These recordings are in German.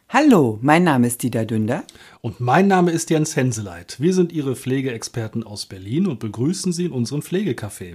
Hallo, mein Name ist Dieter Dünder. Und mein Name ist Jens Henseleit. Wir sind Ihre Pflegeexperten aus Berlin und begrüßen Sie in unserem Pflegecafé.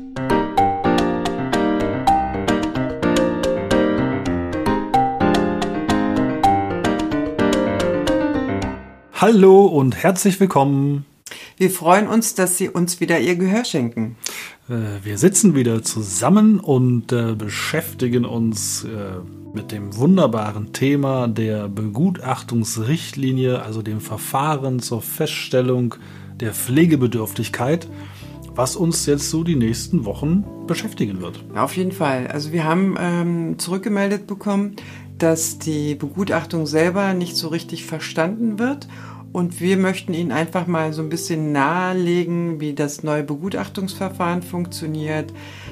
Hallo und herzlich willkommen. Wir freuen uns, dass Sie uns wieder Ihr Gehör schenken. Wir sitzen wieder zusammen und beschäftigen uns mit dem wunderbaren Thema der Begutachtungsrichtlinie, also dem Verfahren zur Feststellung der Pflegebedürftigkeit, was uns jetzt so die nächsten Wochen beschäftigen wird. Auf jeden Fall. Also wir haben zurückgemeldet bekommen, dass die Begutachtung selber nicht so richtig verstanden wird. Und wir möchten Ihnen einfach mal so ein bisschen nahelegen, wie das neue Begutachtungsverfahren funktioniert,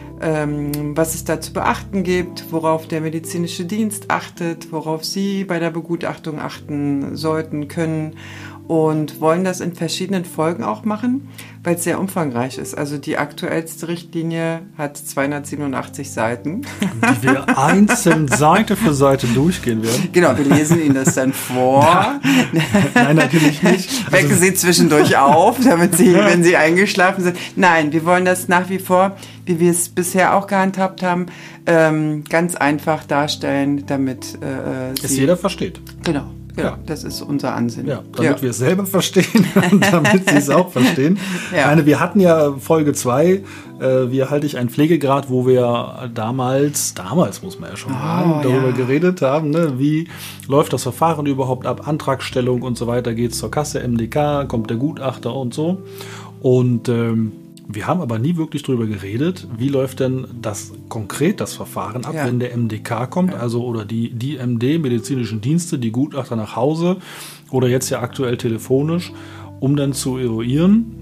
was es da zu beachten gibt, worauf der medizinische Dienst achtet, worauf Sie bei der Begutachtung achten sollten, können. Und wollen das in verschiedenen Folgen auch machen, weil es sehr umfangreich ist. Also die aktuellste Richtlinie hat 287 Seiten. Die wir einzeln Seite für Seite durchgehen werden. Genau, wir lesen Ihnen das dann vor. Nein, natürlich nicht. Wecken Sie zwischendurch auf, damit Sie, wenn Sie eingeschlafen sind. Nein, wir wollen das nach wie vor, wie wir es bisher auch gehandhabt haben, ganz einfach darstellen, damit es jeder versteht. Genau. Ja, das ist unser Ansinnen. Ja, damit wir es selber verstehen und damit Sie es auch verstehen. Ja. Wir hatten ja Folge 2, wie erhalte ich einen Pflegegrad, wo wir damals muss man ja schon sagen, darüber geredet haben, ne? Wie läuft das Verfahren überhaupt ab, Antragstellung und so weiter, geht es zur Kasse, MDK, kommt der Gutachter und so. Und wir haben aber nie wirklich drüber geredet, wie läuft denn konkret das Verfahren ab, wenn der MDK kommt, also oder die MD, medizinischen Dienste, die Gutachter nach Hause oder jetzt ja aktuell telefonisch, um dann zu eruieren,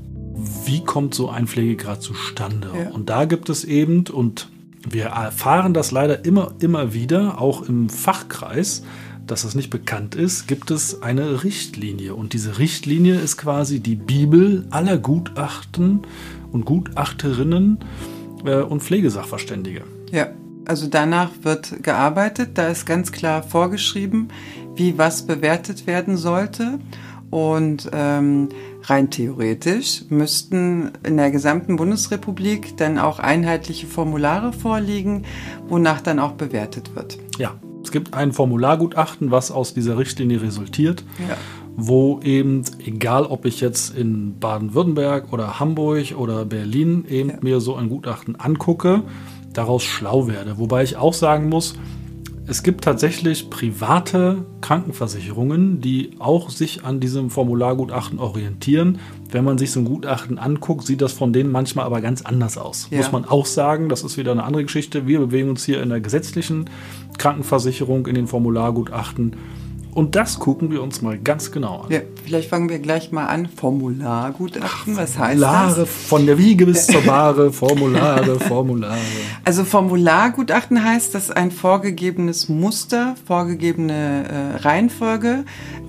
wie kommt so ein Pflegegrad zustande. Ja. Und da gibt es eben, und wir erfahren das leider immer wieder, auch im Fachkreis, dass das nicht bekannt ist, gibt es eine Richtlinie. Und diese Richtlinie ist quasi die Bibel aller Gutachten und Gutachterinnen und Pflegesachverständige. Ja, also danach wird gearbeitet. Da ist ganz klar vorgeschrieben, wie was bewertet werden sollte. Und rein theoretisch müssten in der gesamten Bundesrepublik dann auch einheitliche Formulare vorliegen, wonach dann auch bewertet wird. Ja. Es gibt ein Formulargutachten, was aus dieser Richtlinie resultiert, wo eben, egal ob ich jetzt in Baden-Württemberg oder Hamburg oder Berlin eben mir so ein Gutachten angucke, daraus schlau werde. Wobei ich auch sagen muss, es gibt tatsächlich private Krankenversicherungen, die auch sich an diesem Formulargutachten orientieren. Wenn man sich so ein Gutachten anguckt, sieht das von denen manchmal aber ganz anders aus. Ja. Muss man auch sagen, das ist wieder eine andere Geschichte. Wir bewegen uns hier in der gesetzlichen Krankenversicherung in den Formulargutachten. Und das gucken wir uns mal ganz genau an. Ja, vielleicht fangen wir gleich mal an. Formulargutachten, was heißt Formulare, das? Von der Wiege bis zur Bahre, Formulare. Also Formulargutachten heißt, dass ein vorgegebenes Muster, vorgegebene Reihenfolge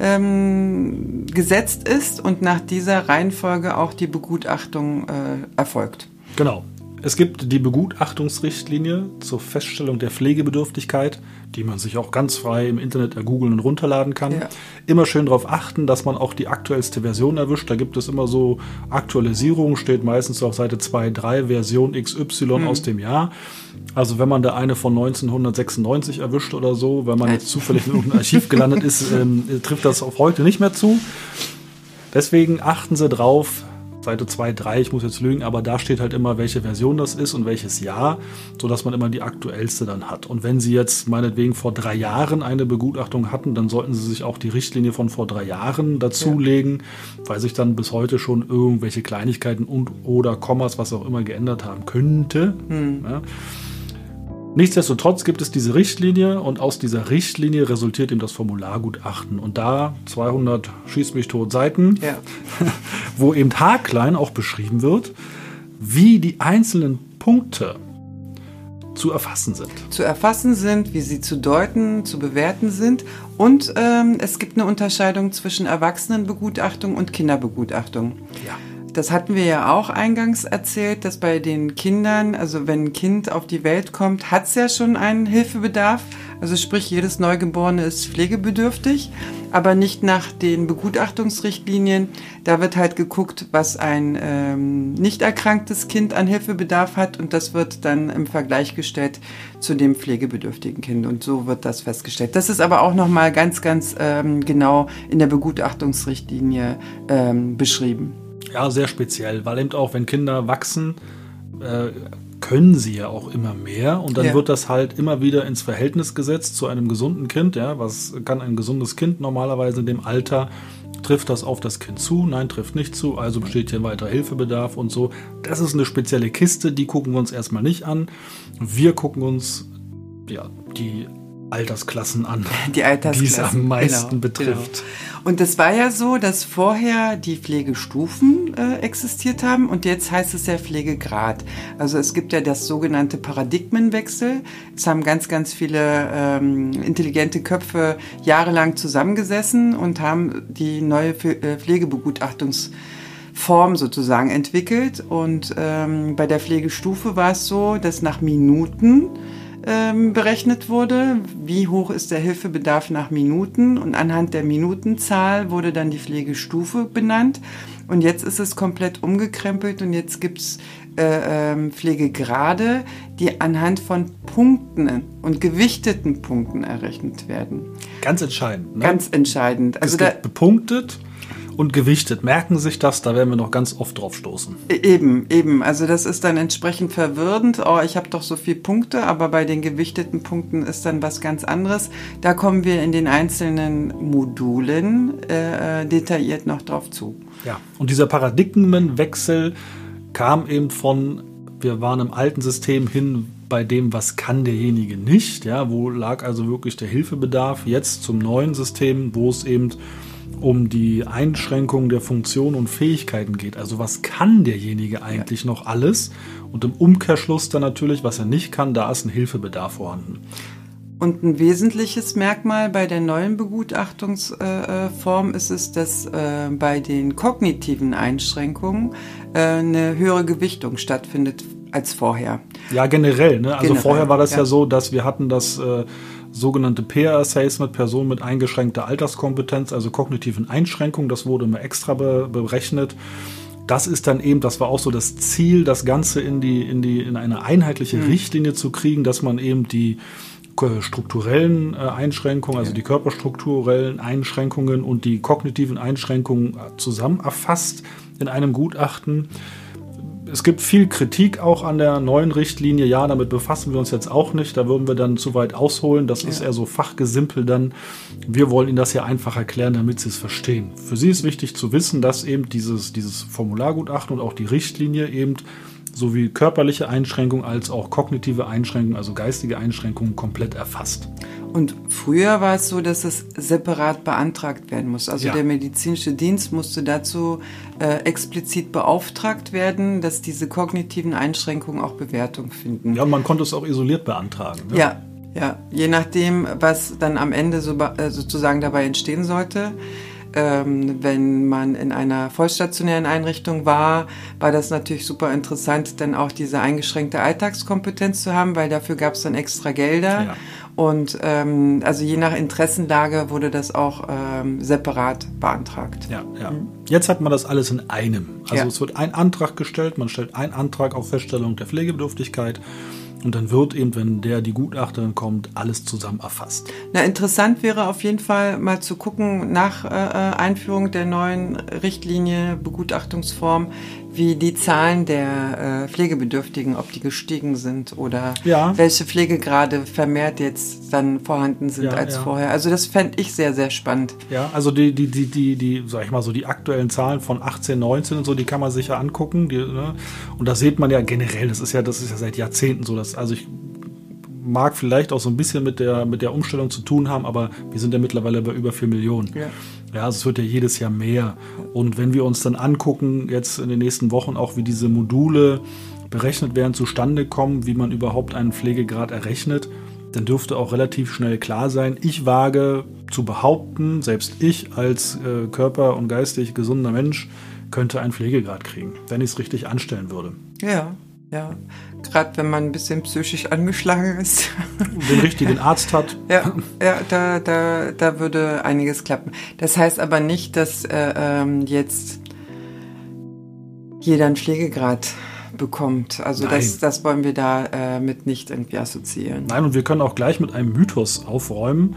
gesetzt ist und nach dieser Reihenfolge auch die Begutachtung erfolgt. Genau. Es gibt die Begutachtungsrichtlinie zur Feststellung der Pflegebedürftigkeit, die man sich auch ganz frei im Internet ergoogeln und runterladen kann. Ja. Immer schön darauf achten, dass man auch die aktuellste Version erwischt. Da gibt es immer so Aktualisierungen, steht meistens auf Seite 2, 3, Version XY aus dem Jahr. Also wenn man da eine von 1996 erwischt oder so, wenn man jetzt zufällig in irgendeinem Archiv gelandet ist, trifft das auf heute nicht mehr zu. Deswegen achten Sie drauf. Seite 2, 3, ich muss jetzt lügen, aber da steht halt immer, welche Version das ist und welches Jahr, sodass man immer die aktuellste dann hat. Und wenn Sie jetzt meinetwegen vor 3 Jahren eine Begutachtung hatten, dann sollten Sie sich auch die Richtlinie von vor 3 Jahren dazulegen, weil sich dann bis heute schon irgendwelche Kleinigkeiten und oder Kommas, was auch immer geändert haben könnte. Ja. Nichtsdestotrotz gibt es diese Richtlinie und aus dieser Richtlinie resultiert eben das Formulargutachten. Und da 200 schieß mich tot Seiten, wo eben haarklein auch beschrieben wird, wie die einzelnen Punkte zu erfassen sind. Zu erfassen sind, wie sie zu deuten, zu bewerten sind. Und es gibt eine Unterscheidung zwischen Erwachsenenbegutachtung und Kinderbegutachtung. Ja. das hatten wir ja auch eingangs erzählt, dass bei den Kindern, also wenn ein Kind auf die Welt kommt, hat es ja schon einen Hilfebedarf. Also sprich, jedes Neugeborene ist pflegebedürftig, aber nicht nach den Begutachtungsrichtlinien. Da wird halt geguckt, was ein nicht erkranktes Kind an Hilfebedarf hat, und das wird dann im Vergleich gestellt zu dem pflegebedürftigen Kind, und so wird das festgestellt. Das ist aber auch nochmal ganz, ganz genau in der Begutachtungsrichtlinie beschrieben. Ja, sehr speziell, weil eben auch, wenn Kinder wachsen, können sie ja auch immer mehr, und dann wird das halt immer wieder ins Verhältnis gesetzt zu einem gesunden Kind. Ja, was kann ein gesundes Kind normalerweise in dem Alter? Trifft das auf das Kind zu? Nein, trifft nicht zu, also besteht hier weiterer Hilfebedarf und so. Das ist eine spezielle Kiste, die gucken wir uns erstmal nicht an. Wir gucken uns die Altersklassen an, die es am meisten betrifft. Genau. Und es war ja so, dass vorher die Pflegestufen existiert haben, und jetzt heißt es ja Pflegegrad. Also es gibt ja das sogenannte Paradigmenwechsel. Es haben ganz, ganz viele intelligente Köpfe jahrelang zusammengesessen und haben die neue Pflegebegutachtungsform sozusagen entwickelt. Und bei der Pflegestufe war es so, dass nach Minuten berechnet wurde, wie hoch ist der Hilfebedarf nach Minuten, und anhand der Minutenzahl wurde dann die Pflegestufe benannt, und jetzt ist es komplett umgekrempelt, und jetzt gibt es Pflegegrade, die anhand von Punkten und gewichteten Punkten errechnet werden. Ganz entscheidend. Ne? Ganz entscheidend. Also es gibt bepunktet und gewichtet. Merken Sie sich das, da werden wir noch ganz oft drauf stoßen. Eben. Also das ist dann entsprechend verwirrend. Oh, ich habe doch so viele Punkte, aber bei den gewichteten Punkten ist dann was ganz anderes. Da kommen wir in den einzelnen Modulen detailliert noch drauf zu. Ja, und dieser Paradigmenwechsel kam eben von, wir waren im alten System hin bei dem, was kann derjenige nicht, ja, wo lag also wirklich der Hilfebedarf, jetzt zum neuen System, wo es eben um die Einschränkung der Funktionen und Fähigkeiten geht. Also was kann derjenige eigentlich noch alles? Und im Umkehrschluss dann natürlich, was er nicht kann, da ist ein Hilfebedarf vorhanden. Und ein wesentliches Merkmal bei der neuen Begutachtungsform ist es, dass bei den kognitiven Einschränkungen eine höhere Gewichtung stattfindet als vorher. Ja, generell. Ne? Also vorher war das ja so, dass wir hatten das sogenannte Peer Assessment, Personen mit eingeschränkter Alterskompetenz, also kognitiven Einschränkungen, das wurde immer extra berechnet. Das ist dann eben, das war auch so das Ziel, das Ganze in eine einheitliche Richtlinie zu kriegen, dass man eben die strukturellen Einschränkungen, also die körperstrukturellen Einschränkungen und die kognitiven Einschränkungen zusammen erfasst in einem Gutachten. Es gibt viel Kritik auch an der neuen Richtlinie. Ja, damit befassen wir uns jetzt auch nicht. Da würden wir dann zu weit ausholen. Das ist eher so Fachgesimpel dann. Wir wollen Ihnen das ja einfach erklären, damit Sie es verstehen. Für Sie ist wichtig zu wissen, dass eben dieses Formulargutachten und auch die Richtlinie eben sowie körperliche Einschränkungen als auch kognitive Einschränkungen, also geistige Einschränkungen, komplett erfasst. Und früher war es so, dass es separat beantragt werden muss. Also der medizinische Dienst musste dazu explizit beauftragt werden, dass diese kognitiven Einschränkungen auch Bewertung finden. Ja, und man konnte es auch isoliert beantragen. Ne? Ja, je nachdem, was dann am Ende sozusagen dabei entstehen sollte. Wenn man in einer vollstationären Einrichtung war das natürlich super interessant, dann auch diese eingeschränkte Alltagskompetenz zu haben, weil dafür gab es dann extra Gelder. Ja. Und also je nach Interessenlage wurde das auch separat beantragt. Ja. Jetzt hat man das alles in einem. Also es wird ein Antrag gestellt, man stellt einen Antrag auf Feststellung der Pflegebedürftigkeit. Und dann wird eben, wenn die Gutachterin kommt, alles zusammen erfasst. Na, interessant wäre auf jeden Fall mal zu gucken, nach Einführung der neuen Richtlinie, Begutachtungsform, wie die Zahlen der Pflegebedürftigen, ob die gestiegen sind oder welche Pflegegrade vermehrt jetzt dann vorhanden sind als vorher. Also das fände ich sehr, sehr spannend. Ja, also die sag ich mal so, die aktuellen Zahlen von 18, 19 und so, die kann man sich ja angucken. Und da sieht man ja generell, das ist ja seit Jahrzehnten so, also ich mag vielleicht auch so ein bisschen mit der Umstellung zu tun haben, aber wir sind ja mittlerweile bei über 4 Millionen. Ja, also es wird ja jedes Jahr mehr. Und wenn wir uns dann angucken, jetzt in den nächsten Wochen auch, wie diese Module berechnet werden, zustande kommen, wie man überhaupt einen Pflegegrad errechnet, dann dürfte auch relativ schnell klar sein. Ich wage zu behaupten, selbst ich als körper- und geistig gesunder Mensch könnte einen Pflegegrad kriegen, wenn ich es richtig anstellen würde. Ja. Gerade wenn man ein bisschen psychisch angeschlagen ist. Den richtigen Arzt hat. Ja, da würde einiges klappen. Das heißt aber nicht, dass jetzt jeder einen Pflegegrad bekommt. Also das wollen wir da mit nicht irgendwie assoziieren. Nein, und wir können auch gleich mit einem Mythos aufräumen.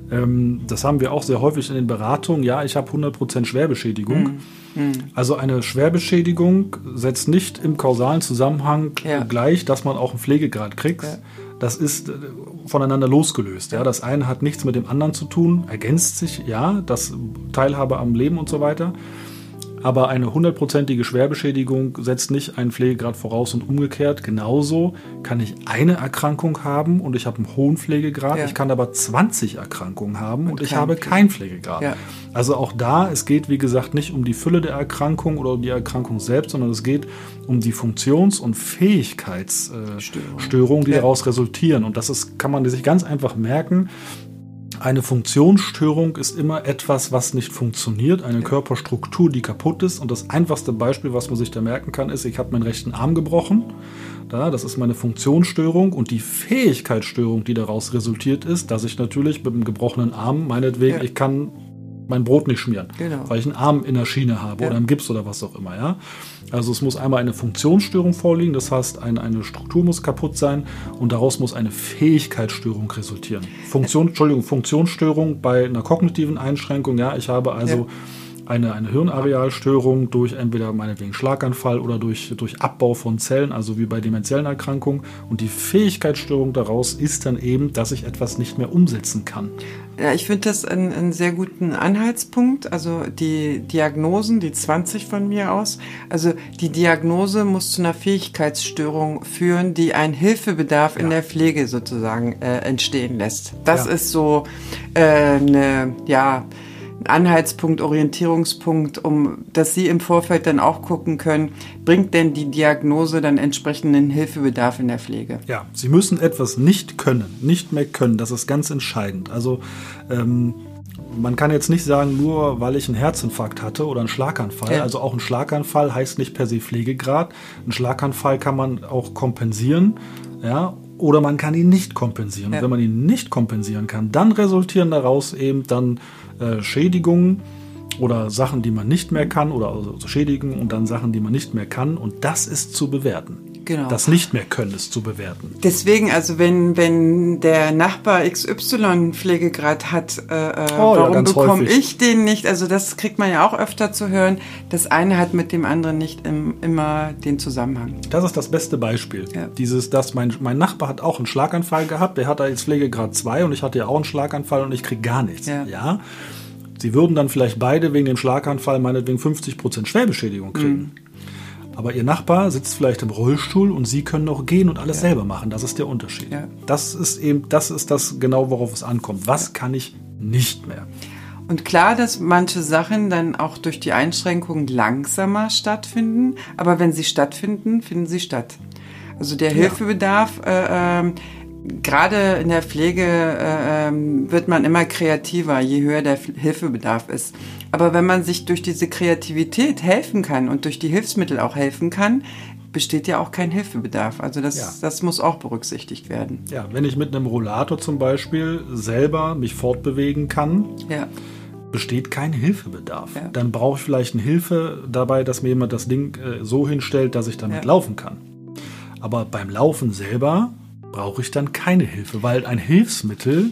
Das haben wir auch sehr häufig in den Beratungen. Ja, ich habe 100% Schwerbeschädigung. Also eine Schwerbeschädigung setzt nicht im kausalen Zusammenhang gleich, dass man auch einen Pflegegrad kriegt. Ja. Das ist voneinander losgelöst. Ja. Das eine hat nichts mit dem anderen zu tun, ergänzt sich, ja, das Teilhabe am Leben und so weiter. Aber eine 100%ige Schwerbeschädigung setzt nicht einen Pflegegrad voraus und umgekehrt. Genauso kann ich eine Erkrankung haben und ich habe einen hohen Pflegegrad. Ja. Ich kann aber 20 Erkrankungen haben und ich habe keinen Pflegegrad. Ja. Also auch da, es geht wie gesagt nicht um die Fülle der Erkrankung oder um die Erkrankung selbst, sondern es geht um die Funktions- und Fähigkeitsstörungen, die daraus resultieren. Und das kann man sich ganz einfach merken. Eine Funktionsstörung ist immer etwas, was nicht funktioniert, eine Körperstruktur, die kaputt ist. Und das einfachste Beispiel, was man sich da merken kann, ist, ich habe meinen rechten Arm gebrochen. Das ist meine Funktionsstörung. Und die Fähigkeitsstörung, die daraus resultiert ist, dass ich natürlich mit einem gebrochenen Arm, meinetwegen, ich kann mein Brot nicht schmieren, weil ich einen Arm in der Schiene habe oder im Gips oder was auch immer. Ja? Also es muss einmal eine Funktionsstörung vorliegen, das heißt eine Struktur muss kaputt sein und daraus muss eine Fähigkeitsstörung resultieren. Funktionsstörung bei einer kognitiven Einschränkung, ich habe also eine Hirnarealstörung durch entweder meinetwegen Schlaganfall oder durch Abbau von Zellen, also wie bei dementiellen Erkrankungen. Und die Fähigkeitsstörung daraus ist dann eben, dass ich etwas nicht mehr umsetzen kann. Ja, ich finde das einen sehr guten Anhaltspunkt. Also die Diagnosen, die 20 von mir aus, also die Diagnose muss zu einer Fähigkeitsstörung führen, die einen Hilfebedarf in der Pflege sozusagen entstehen lässt. Das ist so ein Anhaltspunkt, Orientierungspunkt, dass Sie im Vorfeld dann auch gucken können, bringt denn die Diagnose dann entsprechenden Hilfebedarf in der Pflege? Ja, Sie müssen etwas nicht mehr können, das ist ganz entscheidend. Also man kann jetzt nicht sagen, nur weil ich einen Herzinfarkt hatte oder einen Schlaganfall, also auch ein Schlaganfall heißt nicht per se Pflegegrad. Ein Schlaganfall kann man auch kompensieren, oder man kann ihn nicht kompensieren. Und wenn man ihn nicht kompensieren kann, dann resultieren daraus eben dann Schädigungen oder Sachen, die man nicht mehr kann oder also Schädigungen und dann Sachen, die man nicht mehr kann. Und das ist zu bewerten. Genau. Das nicht mehr können ist zu bewerten. Deswegen, also wenn der Nachbar XY Pflegegrad hat, warum bekomme ich den nicht? Also das kriegt man ja auch öfter zu hören. Das eine hat mit dem anderen nicht immer den Zusammenhang. Das ist das beste Beispiel. Ja. Mein Nachbar hat auch einen Schlaganfall gehabt, der hat da jetzt Pflegegrad 2 und ich hatte ja auch einen Schlaganfall und ich kriege gar nichts. Ja. Sie würden dann vielleicht beide wegen dem Schlaganfall meinetwegen 50% Schwerbeschädigung kriegen. Aber Ihr Nachbar sitzt vielleicht im Rollstuhl und Sie können noch gehen und alles selber machen. Das ist der Unterschied. Ja. Das ist das genau, worauf es ankommt. Was kann ich nicht mehr? Und klar, dass manche Sachen dann auch durch die Einschränkungen langsamer stattfinden. Aber wenn sie stattfinden, finden sie statt. Also der Hilfebedarf, gerade in der Pflege wird man immer kreativer, je höher der Hilfebedarf ist. Aber wenn man sich durch diese Kreativität helfen kann und durch die Hilfsmittel auch helfen kann, besteht ja auch kein Hilfebedarf. Also das muss auch berücksichtigt werden. Ja, wenn ich mit einem Rollator zum Beispiel selber mich fortbewegen kann, besteht kein Hilfebedarf. Ja. Dann brauche ich vielleicht eine Hilfe dabei, dass mir jemand das Ding so hinstellt, dass ich damit laufen kann. Aber beim Laufen selber brauche ich dann keine Hilfe, weil ein Hilfsmittel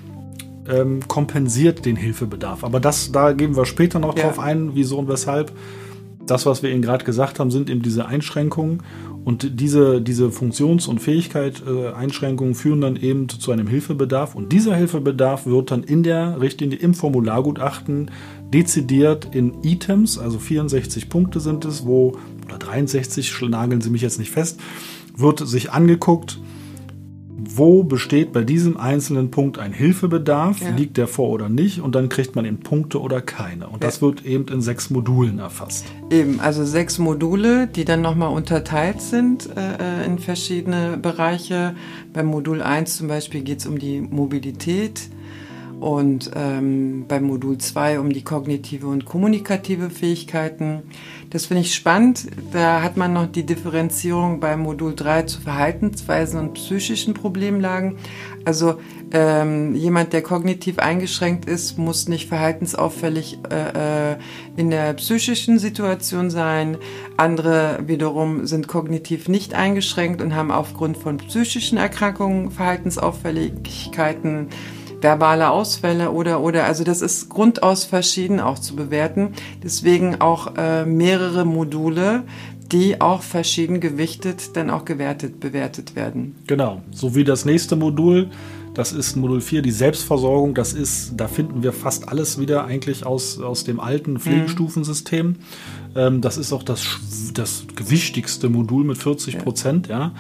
kompensiert den Hilfebedarf. Aber da gehen wir später noch drauf ein, wieso und weshalb. Das, was wir Ihnen gerade gesagt haben, sind eben diese Einschränkungen. Und diese Funktions- und Fähigkeit-Einschränkungen führen dann eben zu einem Hilfebedarf. Und dieser Hilfebedarf wird dann in der Richtlinie im Formulargutachten dezidiert in Items, also 64 Punkte sind es, oder 63, nageln Sie mich jetzt nicht fest, wird sich angeguckt, wo besteht bei diesem einzelnen Punkt ein Hilfebedarf, liegt der vor oder nicht, und dann kriegt man eben Punkte oder keine. Und das wird eben in 6 Modulen erfasst. Eben, also 6 Module, die dann nochmal unterteilt sind in verschiedene Bereiche. Beim Modul 1 zum Beispiel geht es um die Mobilität und beim Modul 2 um die kognitive und kommunikative Fähigkeiten. Das finde ich spannend. Da hat man noch die Differenzierung beim Modul 3 zu Verhaltensweisen und psychischen Problemlagen. Also jemand, der kognitiv eingeschränkt ist, muss nicht verhaltensauffällig in der psychischen Situation sein. Andere wiederum sind kognitiv nicht eingeschränkt und haben aufgrund von psychischen Erkrankungen Verhaltensauffälligkeiten, verbale Ausfälle oder. Also das ist grundaus verschieden auch zu bewerten. Deswegen auch mehrere Module, die auch verschieden gewichtet dann auch bewertet werden. Genau, so wie das nächste Modul, das ist Modul 4, die Selbstversorgung. Da finden wir fast alles wieder eigentlich aus dem alten Pflegestufensystem. Das ist auch das gewichtigste Modul mit 40%. Ja.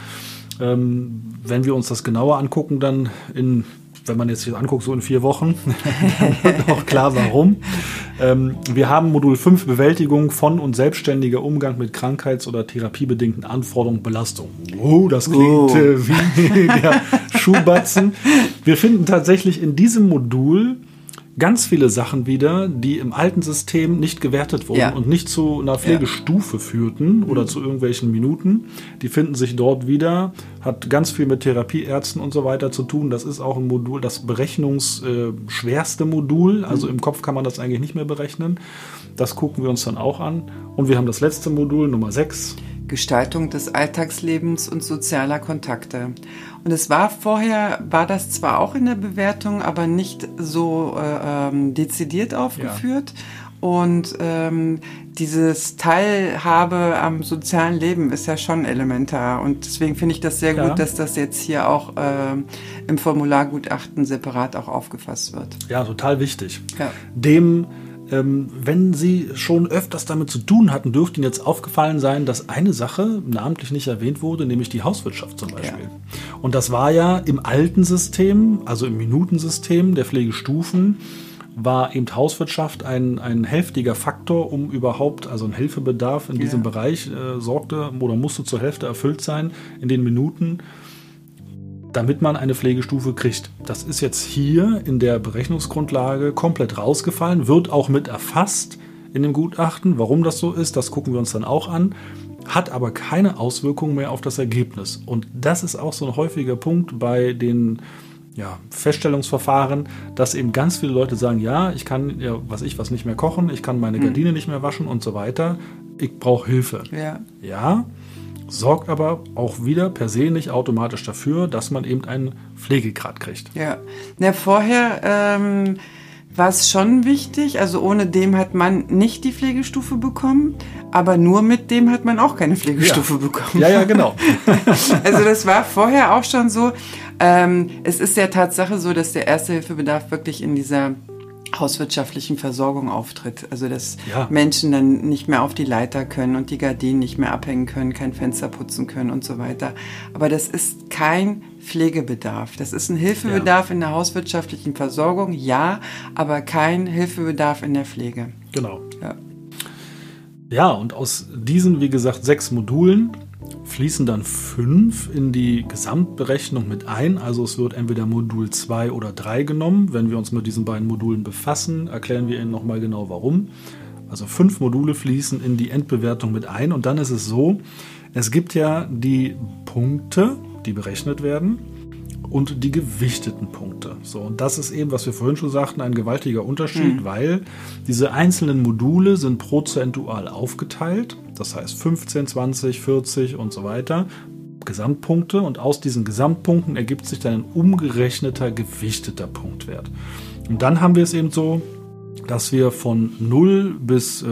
Wenn wir uns das genauer angucken, dann wenn man jetzt hier anguckt, so in 4 Wochen, dann wird auch klar, warum. Wir haben Modul 5, Bewältigung von und selbstständiger Umgang mit krankheits- oder therapiebedingten Anforderungen, Belastung. Oh, das klingt wie der Schuhbatzen. Wir finden tatsächlich in diesem Modul ganz viele Sachen wieder, die im alten System nicht gewertet wurden und nicht zu einer Pflegestufe führten oder zu irgendwelchen Minuten. Die finden sich dort wieder, hat ganz viel mit Therapieärzten und so weiter zu tun. Das ist auch ein Modul, das berechnungsschwerste Modul. Also im Kopf kann man das eigentlich nicht mehr berechnen. Das gucken wir uns dann auch an. Und wir haben das letzte Modul, Nummer 6. Gestaltung des Alltagslebens und sozialer Kontakte. Und es war das zwar auch in der Bewertung, aber nicht so dezidiert aufgeführt. Ja. Und dieses Teilhabe am sozialen Leben ist ja schon elementar. Und deswegen finde ich das sehr gut, dass das jetzt hier auch im Formulargutachten separat auch aufgefasst wird. Ja, total wichtig. Ja. Wenn Sie schon öfters damit zu tun hatten, dürfte Ihnen jetzt aufgefallen sein, dass eine Sache namentlich nicht erwähnt wurde, nämlich die Hauswirtschaft zum Beispiel. Ja. Und das war ja im alten System, also im Minutensystem der Pflegestufen, war eben Hauswirtschaft ein heftiger Faktor, um überhaupt, also ein Hilfebedarf in diesem Bereich sorgte oder musste zur Hälfte erfüllt sein in den Minuten, damit man eine Pflegestufe kriegt. Das ist jetzt hier in der Berechnungsgrundlage komplett rausgefallen, wird auch mit erfasst in dem Gutachten. Warum das so ist, das gucken wir uns dann auch an, hat aber keine Auswirkungen mehr auf das Ergebnis. Und das ist auch so ein häufiger Punkt bei den Feststellungsverfahren, dass eben ganz viele Leute sagen, ja, ich kann was nicht mehr kochen, ich kann meine Gardine nicht mehr waschen und so weiter. Ich brauche Hilfe. Ja, sorgt aber auch wieder per se nicht automatisch dafür, dass man eben einen Pflegegrad kriegt. Ja, vorher war es schon wichtig, also ohne dem hat man nicht die Pflegestufe bekommen, aber nur mit dem hat man auch keine Pflegestufe bekommen. Ja, genau. Also das war vorher auch schon so. Es ist ja Tatsache so, dass der Erste-Hilfe-Bedarf wirklich in dieser hauswirtschaftlichen Versorgung auftritt. Also dass Menschen dann nicht mehr auf die Leiter können und die Gardinen nicht mehr abhängen können, kein Fenster putzen können und so weiter. Aber das ist kein Pflegebedarf. Das ist ein Hilfebedarf in der hauswirtschaftlichen Versorgung, aber kein Hilfebedarf in der Pflege. Genau. Ja, und aus diesen, wie gesagt, 6 Modulen fließen dann 5 in die Gesamtberechnung mit ein. Also es wird entweder Modul 2 oder 3 genommen. Wenn wir uns mit diesen beiden Modulen befassen, erklären wir Ihnen nochmal genau warum. Also 5 Module fließen in die Endbewertung mit ein. Und dann ist es so, es gibt ja die Punkte, die berechnet werden und die gewichteten Punkte. So, und das ist eben, was wir vorhin schon sagten, ein gewaltiger Unterschied, weil diese einzelnen Module sind prozentual aufgeteilt. Das heißt 15, 20, 40 und so weiter. Gesamtpunkte. Und aus diesen Gesamtpunkten ergibt sich dann ein umgerechneter, gewichteter Punktwert. Und dann haben wir es eben so, dass wir von 0 bis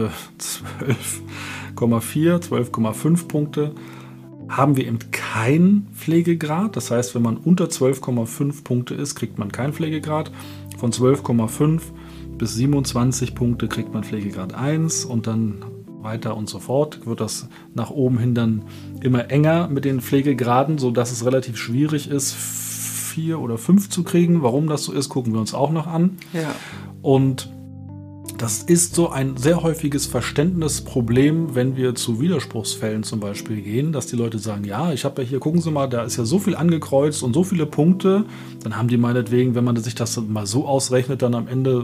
12,4, 12,5 Punkte haben wir eben keinen Pflegegrad. Das heißt, wenn man unter 12,5 Punkte ist, kriegt man keinen Pflegegrad. Von 12,5 bis 27 Punkte kriegt man Pflegegrad 1 und dann weiter und so fort. Wird das nach oben hin dann immer enger mit den Pflegegraden, sodass es relativ schwierig ist, 4 oder 5 zu kriegen. Warum das so ist, gucken wir uns auch noch an. Ja. Und das ist so ein sehr häufiges Verständnisproblem, wenn wir zu Widerspruchsfällen zum Beispiel gehen, dass die Leute sagen, ja, ich habe ja hier, gucken Sie mal, da ist ja so viel angekreuzt und so viele Punkte. Dann haben die meinetwegen, wenn man sich das mal so ausrechnet, dann am Ende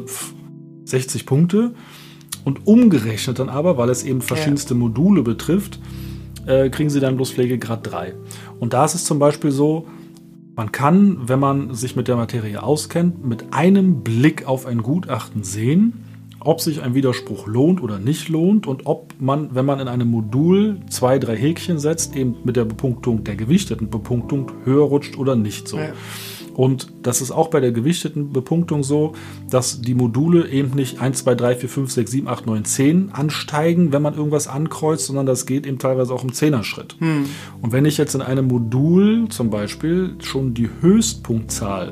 60 Punkte. Und umgerechnet dann aber, weil es eben verschiedenste Module betrifft, kriegen sie dann bloß Pflegegrad 3. Und da ist es zum Beispiel so, man kann, wenn man sich mit der Materie auskennt, mit einem Blick auf ein Gutachten sehen, ob sich ein Widerspruch lohnt oder nicht lohnt und ob man, wenn man in einem Modul 2, 3 Häkchen setzt, eben mit der Bepunktung, der gewichteten Bepunktung, höher rutscht oder nicht so. Ja. Und das ist auch bei der gewichteten Bepunktung so, dass die Module eben nicht 1, 2, 3, 4, 5, 6, 7, 8, 9, 10 ansteigen, wenn man irgendwas ankreuzt, sondern das geht eben teilweise auch im 10er-Schritt. Und wenn ich jetzt in einem Modul zum Beispiel schon die Höchstpunktzahl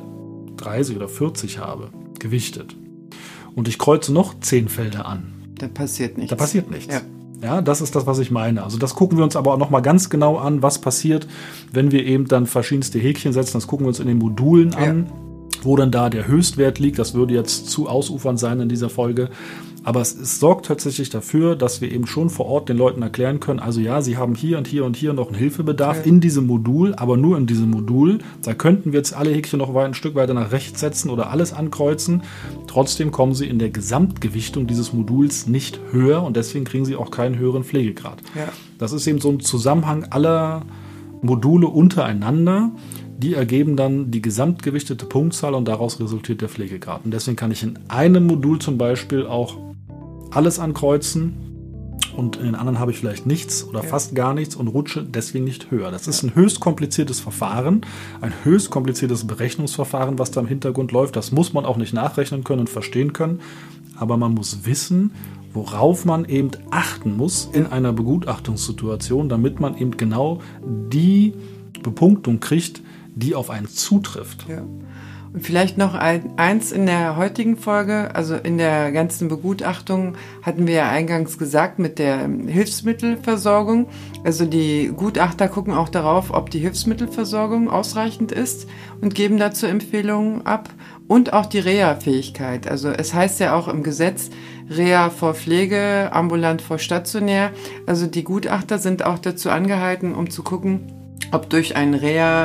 30 oder 40 habe, gewichtet, und ich kreuze noch 10 Felder an, da passiert nichts. Ja. Ja, das ist das, was ich meine. Also das gucken wir uns aber auch nochmal ganz genau an, was passiert, wenn wir eben dann verschiedenste Häkchen setzen. Das gucken wir uns in den Modulen an, wo dann da der Höchstwert liegt. Das würde jetzt zu ausufernd sein in dieser Folge. Aber es sorgt tatsächlich dafür, dass wir eben schon vor Ort den Leuten erklären können, also ja, sie haben hier und hier und hier noch einen Hilfebedarf in diesem Modul, aber nur in diesem Modul. Da könnten wir jetzt alle Häkchen noch ein Stück weiter nach rechts setzen oder alles ankreuzen. Trotzdem kommen sie in der Gesamtgewichtung dieses Moduls nicht höher und deswegen kriegen sie auch keinen höheren Pflegegrad. Ja. Das ist eben so ein Zusammenhang aller Module untereinander. Die ergeben dann die gesamtgewichtete Punktzahl und daraus resultiert der Pflegegrad. Und deswegen kann ich in einem Modul zum Beispiel auch alles ankreuzen und in den anderen habe ich vielleicht nichts oder fast gar nichts und rutsche deswegen nicht höher. Das ist ein höchst kompliziertes Verfahren, ein höchst kompliziertes Berechnungsverfahren, was da im Hintergrund läuft. Das muss man auch nicht nachrechnen können und verstehen können, aber man muss wissen, worauf man eben achten muss in einer Begutachtungssituation, damit man eben genau die Bepunktung kriegt, die auf einen zutrifft. Ja. Und vielleicht noch eins in der heutigen Folge, also in der ganzen Begutachtung hatten wir ja eingangs gesagt mit der Hilfsmittelversorgung. Also die Gutachter gucken auch darauf, ob die Hilfsmittelversorgung ausreichend ist und geben dazu Empfehlungen ab. Und auch die Reha-Fähigkeit. Also es heißt ja auch im Gesetz, Reha vor Pflege, ambulant vor stationär. Also die Gutachter sind auch dazu angehalten, um zu gucken, ob durch eine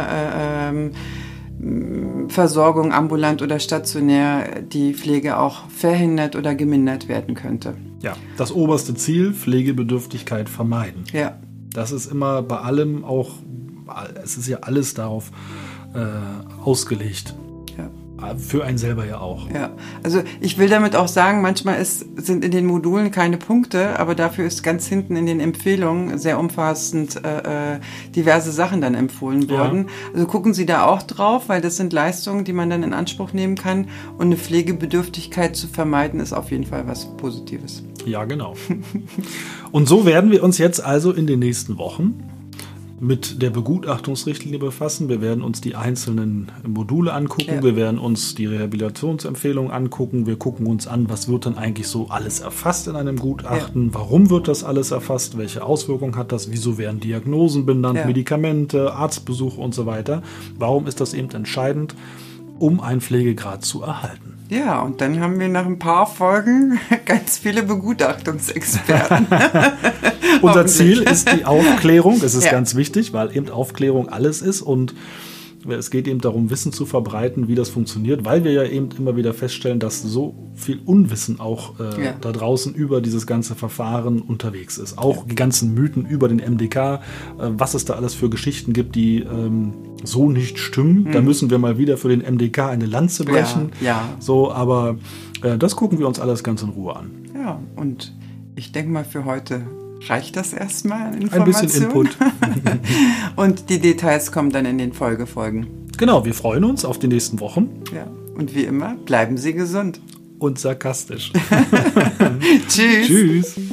Reha-Versorgung ambulant oder stationär die Pflege auch verhindert oder gemindert werden könnte. Ja, das oberste Ziel, Pflegebedürftigkeit vermeiden. Ja. Das ist immer bei allem auch, es ist ja alles darauf ausgelegt. Ja. Für einen selber ja auch. Ja, also ich will damit auch sagen, manchmal sind in den Modulen keine Punkte, aber dafür ist ganz hinten in den Empfehlungen sehr umfassend diverse Sachen dann empfohlen worden. Ja. Also gucken Sie da auch drauf, weil das sind Leistungen, die man dann in Anspruch nehmen kann. Und eine Pflegebedürftigkeit zu vermeiden, ist auf jeden Fall was Positives. Ja, genau. Und so werden wir uns jetzt also in den nächsten Wochen mit der Begutachtungsrichtlinie befassen. Wir werden uns die einzelnen Module angucken. Ja. Wir werden uns die Rehabilitationsempfehlungen angucken. Wir gucken uns an, was wird denn eigentlich so alles erfasst in einem Gutachten? Ja. Warum wird das alles erfasst? Welche Auswirkungen hat das? Wieso werden Diagnosen benannt? Ja. Medikamente, Arztbesuche und so weiter? Warum ist das eben entscheidend, um einen Pflegegrad zu erhalten? Ja, und dann haben wir nach ein paar Folgen ganz viele Begutachtungsexperten. Unser Ziel ist die Aufklärung. Es ist ganz wichtig, weil eben Aufklärung alles ist und es geht eben darum, Wissen zu verbreiten, wie das funktioniert, weil wir ja eben immer wieder feststellen, dass so viel Unwissen auch da draußen über dieses ganze Verfahren unterwegs ist. Auch die ganzen Mythen über den MDK, was es da alles für Geschichten gibt, die so nicht stimmen. Da müssen wir mal wieder für den MDK eine Lanze brechen. Ja. So, aber das gucken wir uns alles ganz in Ruhe an. Ja, und ich denke mal für heute reicht das erstmal an Informationen. Ein bisschen Input. Und die Details kommen dann in den Folgen. Genau, wir freuen uns auf die nächsten Wochen. Ja, und wie immer, bleiben Sie gesund. Und sarkastisch. Tschüss. Tschüss.